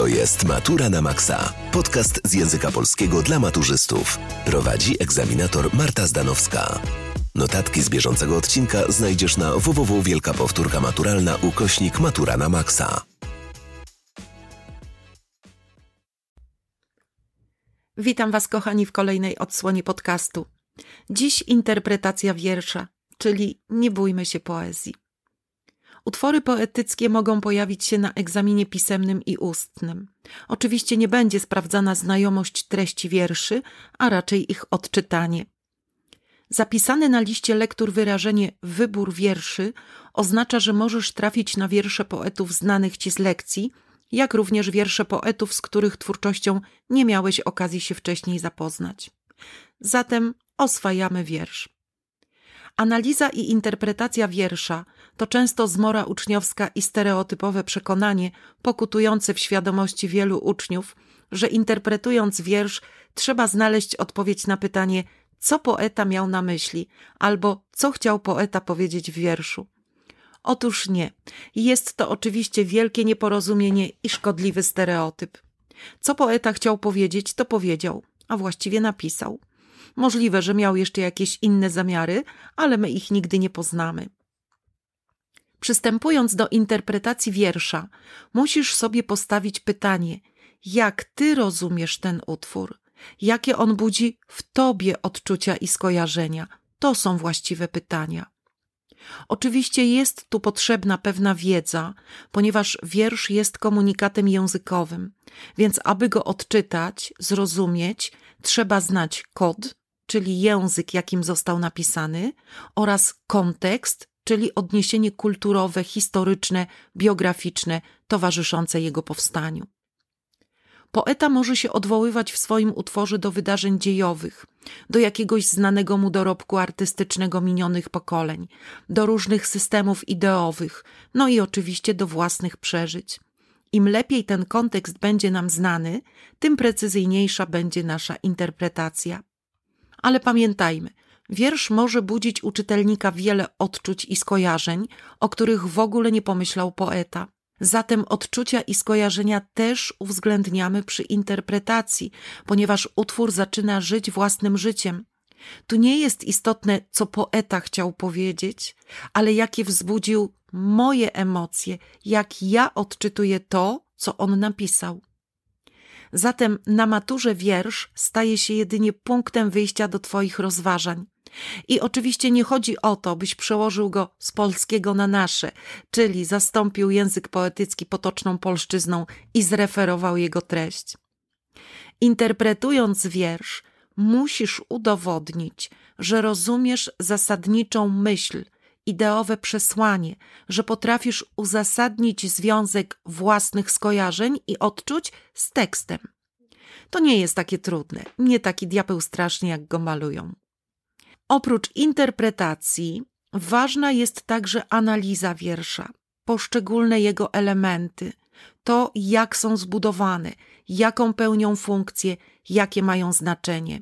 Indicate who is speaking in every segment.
Speaker 1: To jest Matura na Maksa. Podcast z języka polskiego dla maturzystów. Prowadzi egzaminator Marta Zdanowska. Notatki z bieżącego odcinka znajdziesz na www.wielkapowtórkamaturalna/Matura na Maksa.
Speaker 2: Witam Was, kochani, w kolejnej odsłonie podcastu. Dziś interpretacja wiersza, czyli nie bójmy się poezji. Utwory poetyckie mogą pojawić się na egzaminie pisemnym i ustnym. Oczywiście nie będzie sprawdzana znajomość treści wierszy, a raczej ich odczytanie. Zapisane na liście lektur wyrażenie wybór wierszy oznacza, że możesz trafić na wiersze poetów znanych Ci z lekcji, jak również wiersze poetów, z których twórczością nie miałeś okazji się wcześniej zapoznać. Zatem oswajamy wiersz. Analiza i interpretacja wiersza to często zmora uczniowska i stereotypowe przekonanie pokutujące w świadomości wielu uczniów, że interpretując wiersz trzeba znaleźć odpowiedź na pytanie, co poeta miał na myśli, albo co chciał poeta powiedzieć w wierszu. Otóż nie. Jest to oczywiście wielkie nieporozumienie i szkodliwy stereotyp. Co poeta chciał powiedzieć, to powiedział, a właściwie napisał. Możliwe, że miał jeszcze jakieś inne zamiary, ale my ich nigdy nie poznamy. Przystępując do interpretacji wiersza, musisz sobie postawić pytanie, jak ty rozumiesz ten utwór? Jakie on budzi w tobie odczucia i skojarzenia? To są właściwe pytania. Oczywiście jest tu potrzebna pewna wiedza, ponieważ wiersz jest komunikatem językowym, więc aby go odczytać, zrozumieć, trzeba znać kod, czyli język, jakim został napisany, oraz kontekst, czyli odniesienie kulturowe, historyczne, biograficzne, towarzyszące jego powstaniu. Poeta może się odwoływać w swoim utworze do wydarzeń dziejowych, do jakiegoś znanego mu dorobku artystycznego minionych pokoleń, do różnych systemów ideowych, no i oczywiście do własnych przeżyć. Im lepiej ten kontekst będzie nam znany, tym precyzyjniejsza będzie nasza interpretacja. Ale pamiętajmy, wiersz może budzić u czytelnika wiele odczuć i skojarzeń, o których w ogóle nie pomyślał poeta. Zatem odczucia i skojarzenia też uwzględniamy przy interpretacji, ponieważ utwór zaczyna żyć własnym życiem. Tu nie jest istotne, co poeta chciał powiedzieć, ale jakie wzbudził moje emocje, jak ja odczytuję to, co on napisał. Zatem na maturze wiersz staje się jedynie punktem wyjścia do twoich rozważań. I oczywiście nie chodzi o to, byś przełożył go z polskiego na nasze, czyli zastąpił język poetycki potoczną polszczyzną i zreferował jego treść. Interpretując wiersz, musisz udowodnić, że rozumiesz zasadniczą myśl, ideowe przesłanie, że potrafisz uzasadnić związek własnych skojarzeń i odczuć z tekstem. To nie jest takie trudne, nie taki diabeł straszny, jak go malują. Oprócz interpretacji ważna jest także analiza wiersza, poszczególne jego elementy, to jak są zbudowane, jaką pełnią funkcję, jakie mają znaczenie.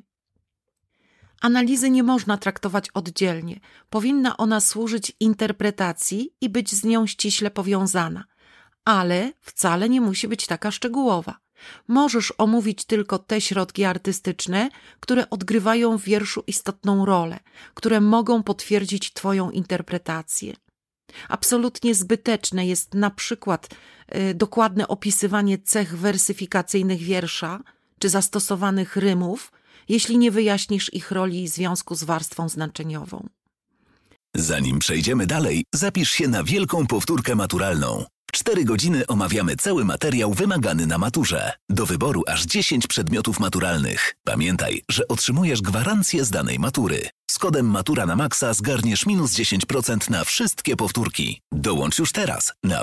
Speaker 2: Analizy nie można traktować oddzielnie, powinna ona służyć interpretacji i być z nią ściśle powiązana, ale wcale nie musi być taka szczegółowa. Możesz omówić tylko te środki artystyczne, które odgrywają w wierszu istotną rolę, które mogą potwierdzić twoją interpretację. Absolutnie zbyteczne jest na przykład dokładne opisywanie cech wersyfikacyjnych wiersza czy zastosowanych rymów, jeśli nie wyjaśnisz ich roli i związku z warstwą znaczeniową.
Speaker 1: Zanim przejdziemy dalej, zapisz się na wielką powtórkę maturalną. W 4 godziny omawiamy cały materiał wymagany na maturze. Do wyboru aż 10 przedmiotów maturalnych. Pamiętaj, że otrzymujesz gwarancję z danej matury. Z kodem Matura na Maksa zgarniesz minus 10% na wszystkie powtórki. Dołącz już teraz na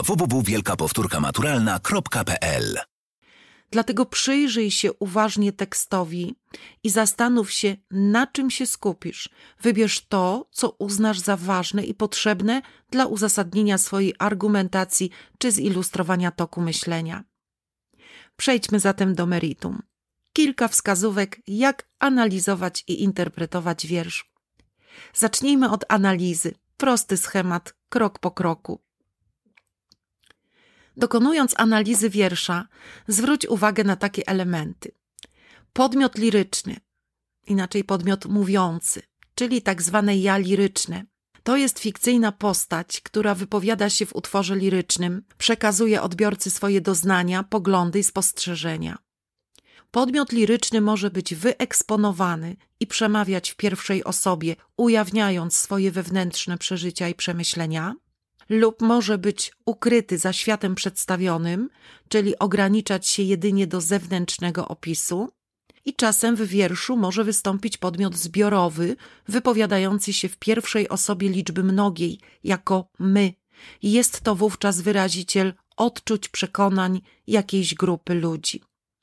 Speaker 1: www.wielkapowtórkamaturalna.pl.
Speaker 2: Dlatego przyjrzyj się uważnie tekstowi i zastanów się, na czym się skupisz. Wybierz to, co uznasz za ważne i potrzebne dla uzasadnienia swojej argumentacji czy zilustrowania toku myślenia. Przejdźmy zatem do meritum. Kilka wskazówek, jak analizować i interpretować wiersz. Zacznijmy od analizy. Prosty schemat, krok po kroku. Dokonując analizy wiersza, zwróć uwagę na takie elementy. Podmiot liryczny, inaczej podmiot mówiący, czyli tak zwane ja liryczne. To jest fikcyjna postać, która wypowiada się w utworze lirycznym, przekazuje odbiorcy swoje doznania, poglądy i spostrzeżenia. Podmiot liryczny może być wyeksponowany i przemawiać w pierwszej osobie, ujawniając swoje wewnętrzne przeżycia i przemyślenia, lub może być ukryty za światem przedstawionym, czyli ograniczać się jedynie do zewnętrznego opisu. I czasem w wierszu może wystąpić podmiot zbiorowy, wypowiadający się w pierwszej osobie liczby mnogiej, jako my. Jest to wówczas wyraziciel odczuć, przekonań jakiejś grupy ludzi.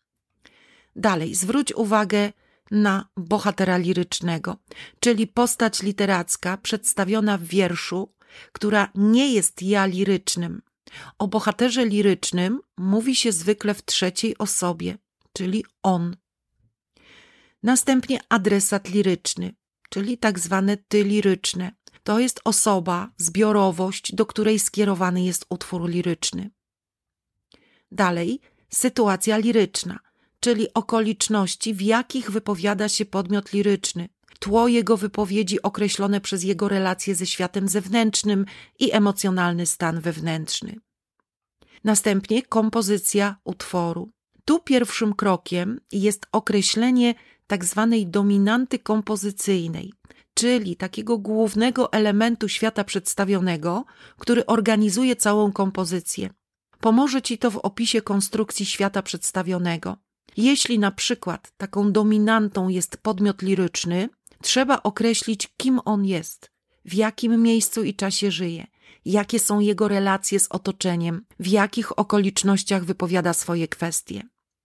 Speaker 2: Dalej, zwróć uwagę na bohatera lirycznego, czyli postać literacka przedstawiona w wierszu, która nie jest ja lirycznym. O bohaterze lirycznym mówi się zwykle w trzeciej osobie, czyli on. Następnie adresat liryczny, czyli tak zwane ty liryczne. To jest osoba, zbiorowość, do której skierowany jest utwór liryczny. Dalej, sytuacja liryczna, czyli okoliczności, w jakich wypowiada się podmiot liryczny, tło jego wypowiedzi określone przez jego relacje ze światem zewnętrznym i emocjonalny stan wewnętrzny. Następnie kompozycja utworu. Tu pierwszym krokiem jest określenie tak zwanej dominanty kompozycyjnej, czyli takiego głównego elementu świata przedstawionego, który organizuje całą kompozycję. Pomoże ci to w opisie konstrukcji świata przedstawionego. Jeśli na przykład taką dominantą jest podmiot liryczny, trzeba określić, kim on jest, w jakim miejscu i czasie żyje, jakie są jego relacje z otoczeniem, w jakich okolicznościach wypowiada swoje kwestie.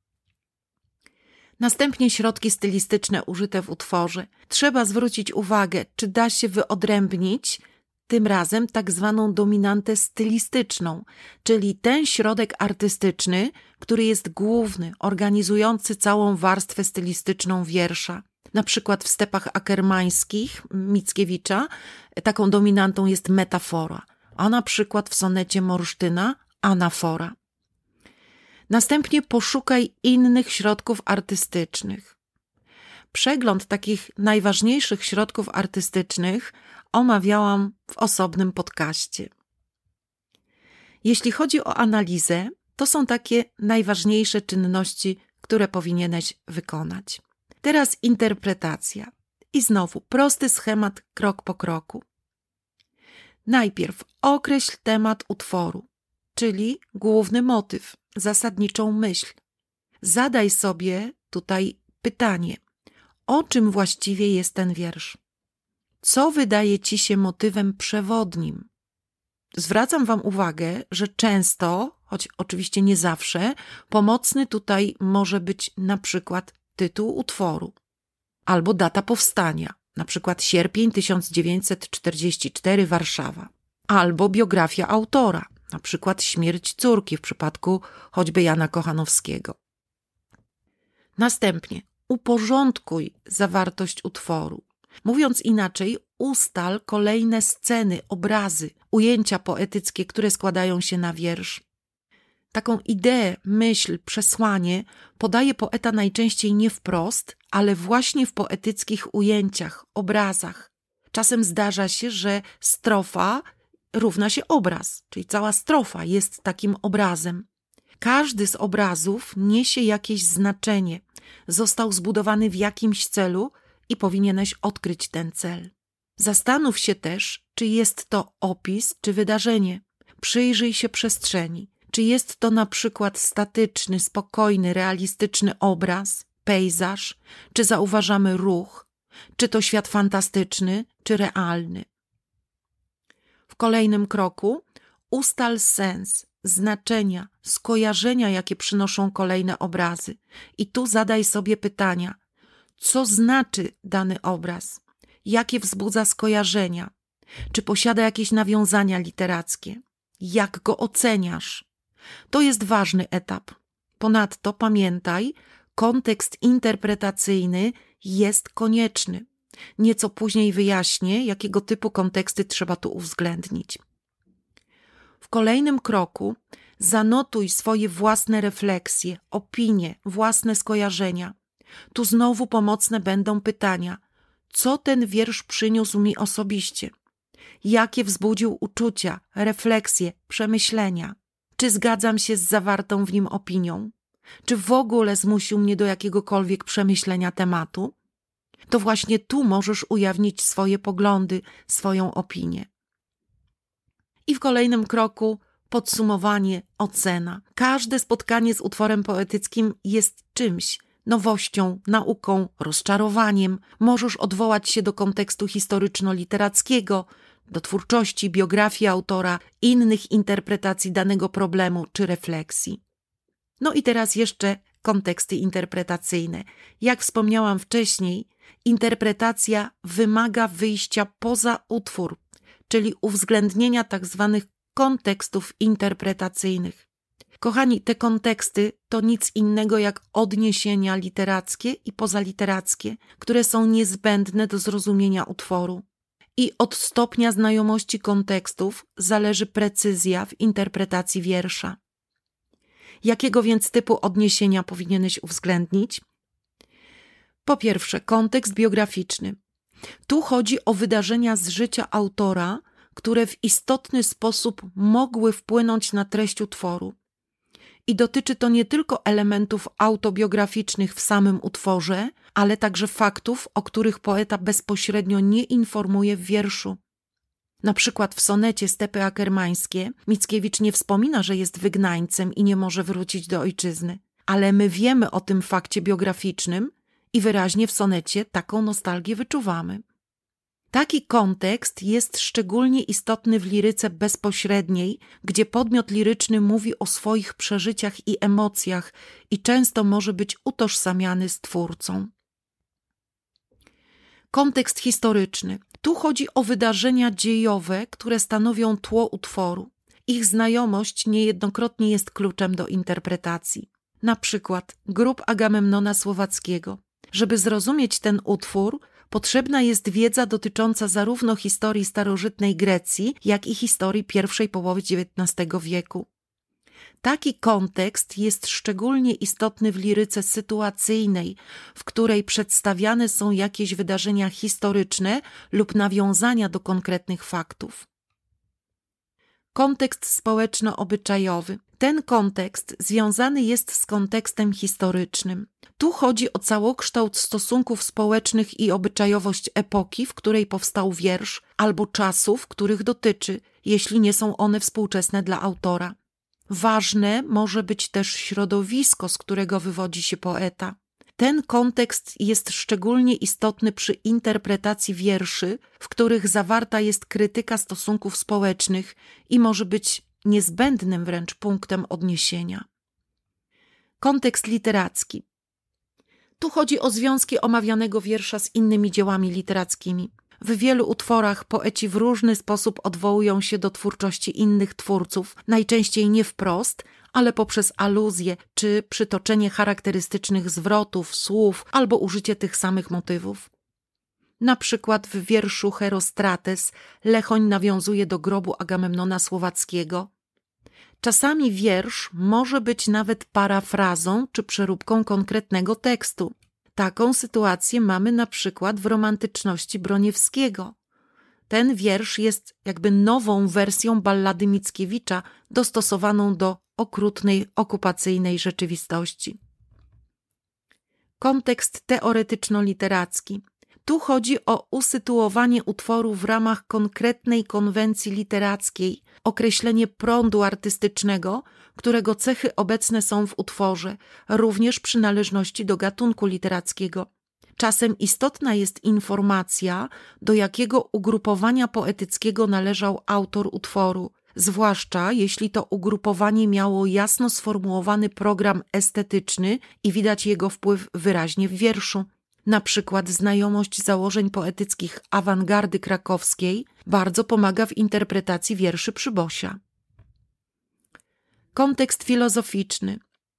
Speaker 2: Następnie środki stylistyczne użyte w utworze. Trzeba zwrócić uwagę, czy da się wyodrębnić tym razem tak zwaną dominantę stylistyczną, czyli ten środek artystyczny, który jest główny, organizujący całą warstwę stylistyczną wiersza. Na przykład w Stepach Akermańskich Mickiewicza taką dominantą jest metafora, a na przykład w sonecie Morsztyna anafora. Następnie poszukaj innych środków artystycznych. Przegląd takich najważniejszych środków artystycznych omawiałam w osobnym podcaście. Jeśli chodzi o analizę, to są takie najważniejsze czynności, które powinieneś wykonać. Teraz interpretacja. I znowu prosty schemat krok po kroku. Najpierw określ temat utworu, czyli główny motyw, zasadniczą myśl. Zadaj sobie tutaj pytanie, o czym właściwie jest ten wiersz? Co wydaje ci się motywem przewodnim? Zwracam wam uwagę, że często, choć oczywiście nie zawsze, pomocny tutaj może być na przykład tytuł utworu albo data powstania, na przykład sierpień 1944 Warszawa, albo biografia autora, na przykład śmierć córki w przypadku choćby Jana Kochanowskiego. Następnie uporządkuj zawartość utworu. Mówiąc inaczej, ustal kolejne sceny, obrazy, ujęcia poetyckie, które składają się na wiersz. Taką ideę, myśl, przesłanie podaje poeta najczęściej nie wprost, ale właśnie w poetyckich ujęciach, obrazach. Czasem zdarza się, że strofa równa się obraz, czyli cała strofa jest takim obrazem. Każdy z obrazów niesie jakieś znaczenie, został zbudowany w jakimś celu i powinieneś odkryć ten cel. Zastanów się też, czy jest to opis, czy wydarzenie. Przyjrzyj się przestrzeni. Czy jest to na przykład statyczny, spokojny, realistyczny obraz, pejzaż, czy zauważamy ruch, czy to świat fantastyczny, czy realny. W kolejnym kroku ustal sens, znaczenia, skojarzenia, jakie przynoszą kolejne obrazy. I tu zadaj sobie pytania, co znaczy dany obraz, jakie wzbudza skojarzenia, czy posiada jakieś nawiązania literackie, jak go oceniasz. To jest ważny etap. Ponadto pamiętaj, kontekst interpretacyjny jest konieczny. Nieco później wyjaśnię, jakiego typu konteksty trzeba tu uwzględnić. W kolejnym kroku Zanotuj swoje własne refleksje, opinie, własne skojarzenia. Tu znowu pomocne będą pytania. Co ten wiersz przyniósł mi osobiście? Jakie wzbudził uczucia, refleksje, przemyślenia? Czy zgadzam się z zawartą w nim opinią? Czy w ogóle zmusił mnie do jakiegokolwiek przemyślenia tematu? To właśnie tu możesz ujawnić swoje poglądy, swoją opinię. I w kolejnym kroku podsumowanie, ocena. Każde spotkanie z utworem poetyckim jest czymś, nowością, nauką, rozczarowaniem. Możesz odwołać się do kontekstu historyczno-literackiego, do twórczości, biografii autora, innych interpretacji danego problemu czy refleksji. No i teraz jeszcze konteksty interpretacyjne. Jak wspomniałam wcześniej, interpretacja wymaga wyjścia poza utwór, czyli uwzględnienia tzw. kontekstów interpretacyjnych. Kochani, te konteksty to nic innego jak odniesienia literackie i pozaliterackie, które są niezbędne do zrozumienia utworu. I od stopnia znajomości kontekstów zależy precyzja w interpretacji wiersza. Jakiego więc typu odniesienia powinieneś uwzględnić? Po pierwsze, kontekst biograficzny. Tu chodzi o wydarzenia z życia autora, które w istotny sposób mogły wpłynąć na treść utworu. I dotyczy to nie tylko elementów autobiograficznych w samym utworze, ale także faktów, o których poeta bezpośrednio nie informuje w wierszu. Na przykład w sonecie Stepy Akermańskie Mickiewicz nie wspomina, że jest wygnańcem i nie może wrócić do ojczyzny. Ale my wiemy o tym fakcie biograficznym i wyraźnie w sonecie taką nostalgię wyczuwamy. Taki kontekst jest szczególnie istotny w liryce bezpośredniej, gdzie podmiot liryczny mówi o swoich przeżyciach i emocjach i często może być utożsamiany z twórcą. Kontekst historyczny. Tu chodzi o wydarzenia dziejowe, które stanowią tło utworu. Ich znajomość niejednokrotnie jest kluczem do interpretacji. Na przykład grób Agamemnona Słowackiego. Żeby zrozumieć ten utwór, potrzebna jest wiedza dotycząca zarówno historii starożytnej Grecji, jak i historii pierwszej połowy XIX wieku. Taki kontekst jest szczególnie istotny w liryce sytuacyjnej, w której przedstawiane są jakieś wydarzenia historyczne lub nawiązania do konkretnych faktów. Kontekst społeczno-obyczajowy. Ten kontekst związany jest z kontekstem historycznym. Tu chodzi o całokształt stosunków społecznych i obyczajowość epoki, w której powstał wiersz, albo czasów, których dotyczy, jeśli nie są one współczesne dla autora. Ważne może być też środowisko, z którego wywodzi się poeta. Ten kontekst jest szczególnie istotny przy interpretacji wierszy, w których zawarta jest krytyka stosunków społecznych i może być niezbędnym wręcz punktem odniesienia. Kontekst literacki. Tu chodzi o związki omawianego wiersza z innymi dziełami literackimi. W wielu utworach poeci w różny sposób odwołują się do twórczości innych twórców, najczęściej nie wprost, ale poprzez aluzje czy przytoczenie charakterystycznych zwrotów, słów albo użycie tych samych motywów. Na przykład w wierszu Herostrates Lechoń nawiązuje do grobu Agamemnona Słowackiego. Czasami wiersz może być nawet parafrazą czy przeróbką konkretnego tekstu. Taką sytuację mamy na przykład w Romantyczności Broniewskiego. Ten wiersz jest jakby nową wersją ballady Mickiewicza dostosowaną do okrutnej, okupacyjnej rzeczywistości. Kontekst teoretyczno-literacki. Tu chodzi o usytuowanie utworu w ramach konkretnej konwencji literackiej, określenie prądu artystycznego, którego cechy obecne są w utworze, również przynależności do gatunku literackiego. Czasem istotna jest informacja, do jakiego ugrupowania poetyckiego należał autor utworu, zwłaszcza jeśli to ugrupowanie miało jasno sformułowany program estetyczny i widać jego wpływ wyraźnie w wierszu. Na przykład znajomość założeń poetyckich awangardy krakowskiej bardzo pomaga w interpretacji wierszy Przybosia. Kontekst filozoficzny.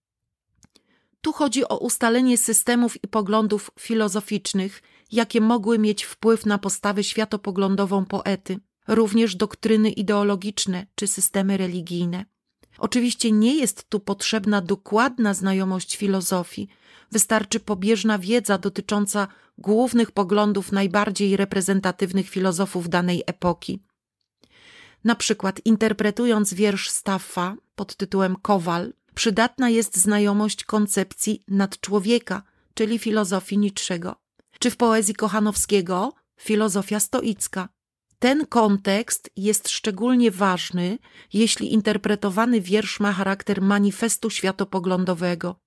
Speaker 2: Tu chodzi o ustalenie systemów i poglądów filozoficznych, jakie mogły mieć wpływ na postawę światopoglądową poety, również doktryny ideologiczne czy systemy religijne. Oczywiście nie jest tu potrzebna dokładna znajomość filozofii. Wystarczy pobieżna wiedza dotycząca głównych poglądów najbardziej reprezentatywnych filozofów danej epoki. Na przykład interpretując wiersz Staffa pod tytułem Kowal, przydatna jest znajomość koncepcji nadczłowieka, czyli filozofii Nicszego, czy w poezji Kochanowskiego filozofia stoicka. Ten kontekst jest szczególnie ważny, jeśli interpretowany wiersz ma charakter manifestu światopoglądowego.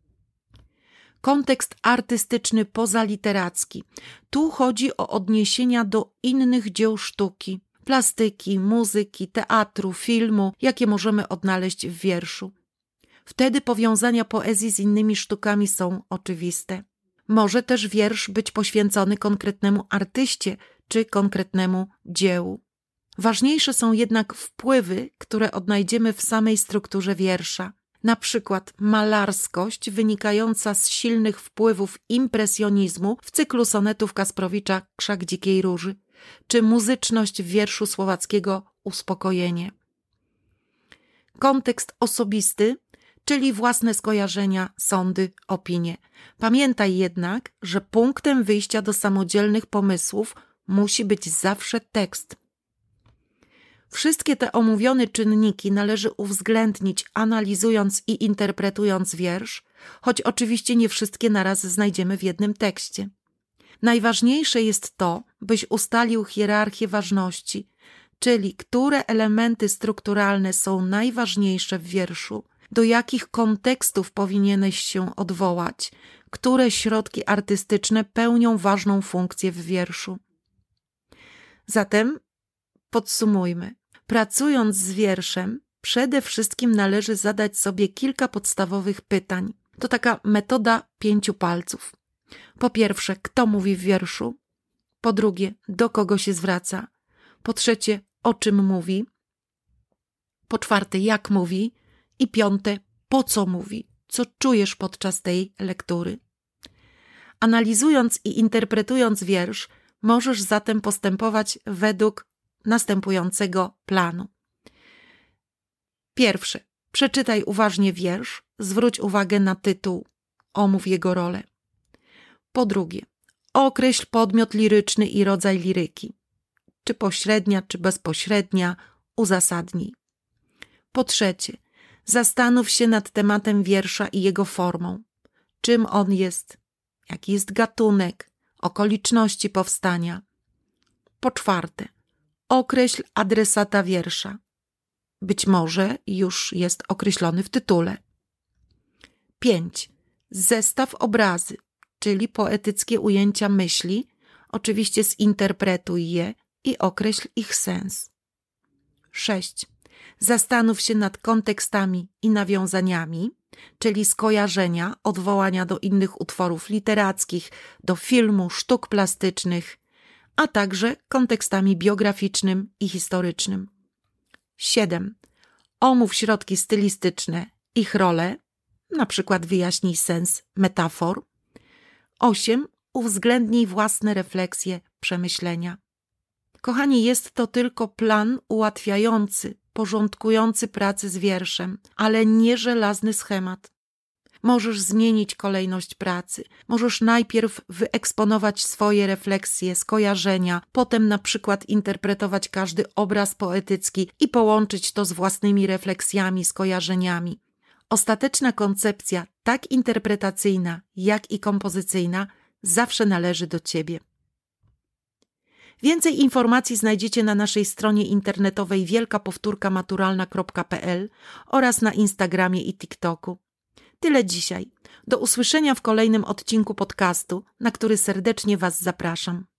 Speaker 2: Kontekst artystyczny pozaliteracki. Tu chodzi o odniesienia do innych dzieł sztuki, plastyki, muzyki, teatru, filmu, jakie możemy odnaleźć w wierszu. Wtedy powiązania poezji z innymi sztukami są oczywiste. Może też wiersz być poświęcony konkretnemu artyście czy konkretnemu dziełu. Ważniejsze są jednak wpływy, które odnajdziemy w samej strukturze wiersza. Na przykład malarskość wynikająca z silnych wpływów impresjonizmu w cyklu sonetów Kasprowicza Krzak dzikiej róży, czy muzyczność w wierszu Słowackiego Uspokojenie. Kontekst osobisty, czyli własne skojarzenia, sądy, opinie. Pamiętaj jednak, że punktem wyjścia do samodzielnych pomysłów musi być zawsze tekst. Wszystkie te omówione czynniki należy uwzględnić, analizując i interpretując wiersz, choć oczywiście nie wszystkie naraz znajdziemy w jednym tekście. Najważniejsze jest to, byś ustalił hierarchię ważności, czyli które elementy strukturalne są najważniejsze w wierszu, do jakich kontekstów powinieneś się odwołać, które środki artystyczne pełnią ważną funkcję w wierszu. Zatem podsumujmy. Pracując z wierszem, przede wszystkim należy zadać sobie kilka podstawowych pytań. To taka metoda 5 palców. Po pierwsze, kto mówi w wierszu? Po drugie, do kogo się zwraca? Po trzecie, o czym mówi? Po czwarte, jak mówi? I piąte, po co mówi? Co czujesz podczas tej lektury? Analizując i interpretując wiersz, możesz zatem postępować według następującego planu. Pierwsze, przeczytaj uważnie wiersz, zwróć uwagę na tytuł, omów jego rolę. Po drugie, określ podmiot liryczny i rodzaj liryki. Czy pośrednia, czy bezpośrednia, uzasadnij. Po trzecie, zastanów się nad tematem wiersza i jego formą. Czym on jest? Jaki jest gatunek? Okoliczności powstania. Po czwarte, określ adresata wiersza. Być może już jest określony w tytule. 5. Zestaw obrazy, czyli poetyckie ujęcia myśli. Oczywiście zinterpretuj je i określ ich sens. 6. Zastanów się nad kontekstami i nawiązaniami, czyli skojarzenia, odwołania do innych utworów literackich, do filmu, sztuk plastycznych, a także kontekstami biograficznym i historycznym. 7. Omów środki stylistyczne, ich rolę, na przykład wyjaśnij sens metafor. 8. Uwzględnij własne refleksje, przemyślenia. Kochani, jest to tylko plan ułatwiający, porządkujący pracę z wierszem, ale nie żelazny schemat. Możesz zmienić kolejność pracy. Możesz najpierw wyeksponować swoje refleksje, skojarzenia, potem na przykład interpretować każdy obraz poetycki i połączyć to z własnymi refleksjami, skojarzeniami. Ostateczna koncepcja, tak interpretacyjna, jak i kompozycyjna, zawsze należy do Ciebie. Więcej informacji znajdziecie na naszej stronie internetowej wielkapowtórkamaturalna.pl oraz na Instagramie i TikToku. Tyle dzisiaj. Do usłyszenia w kolejnym odcinku podcastu, na który serdecznie Was zapraszam.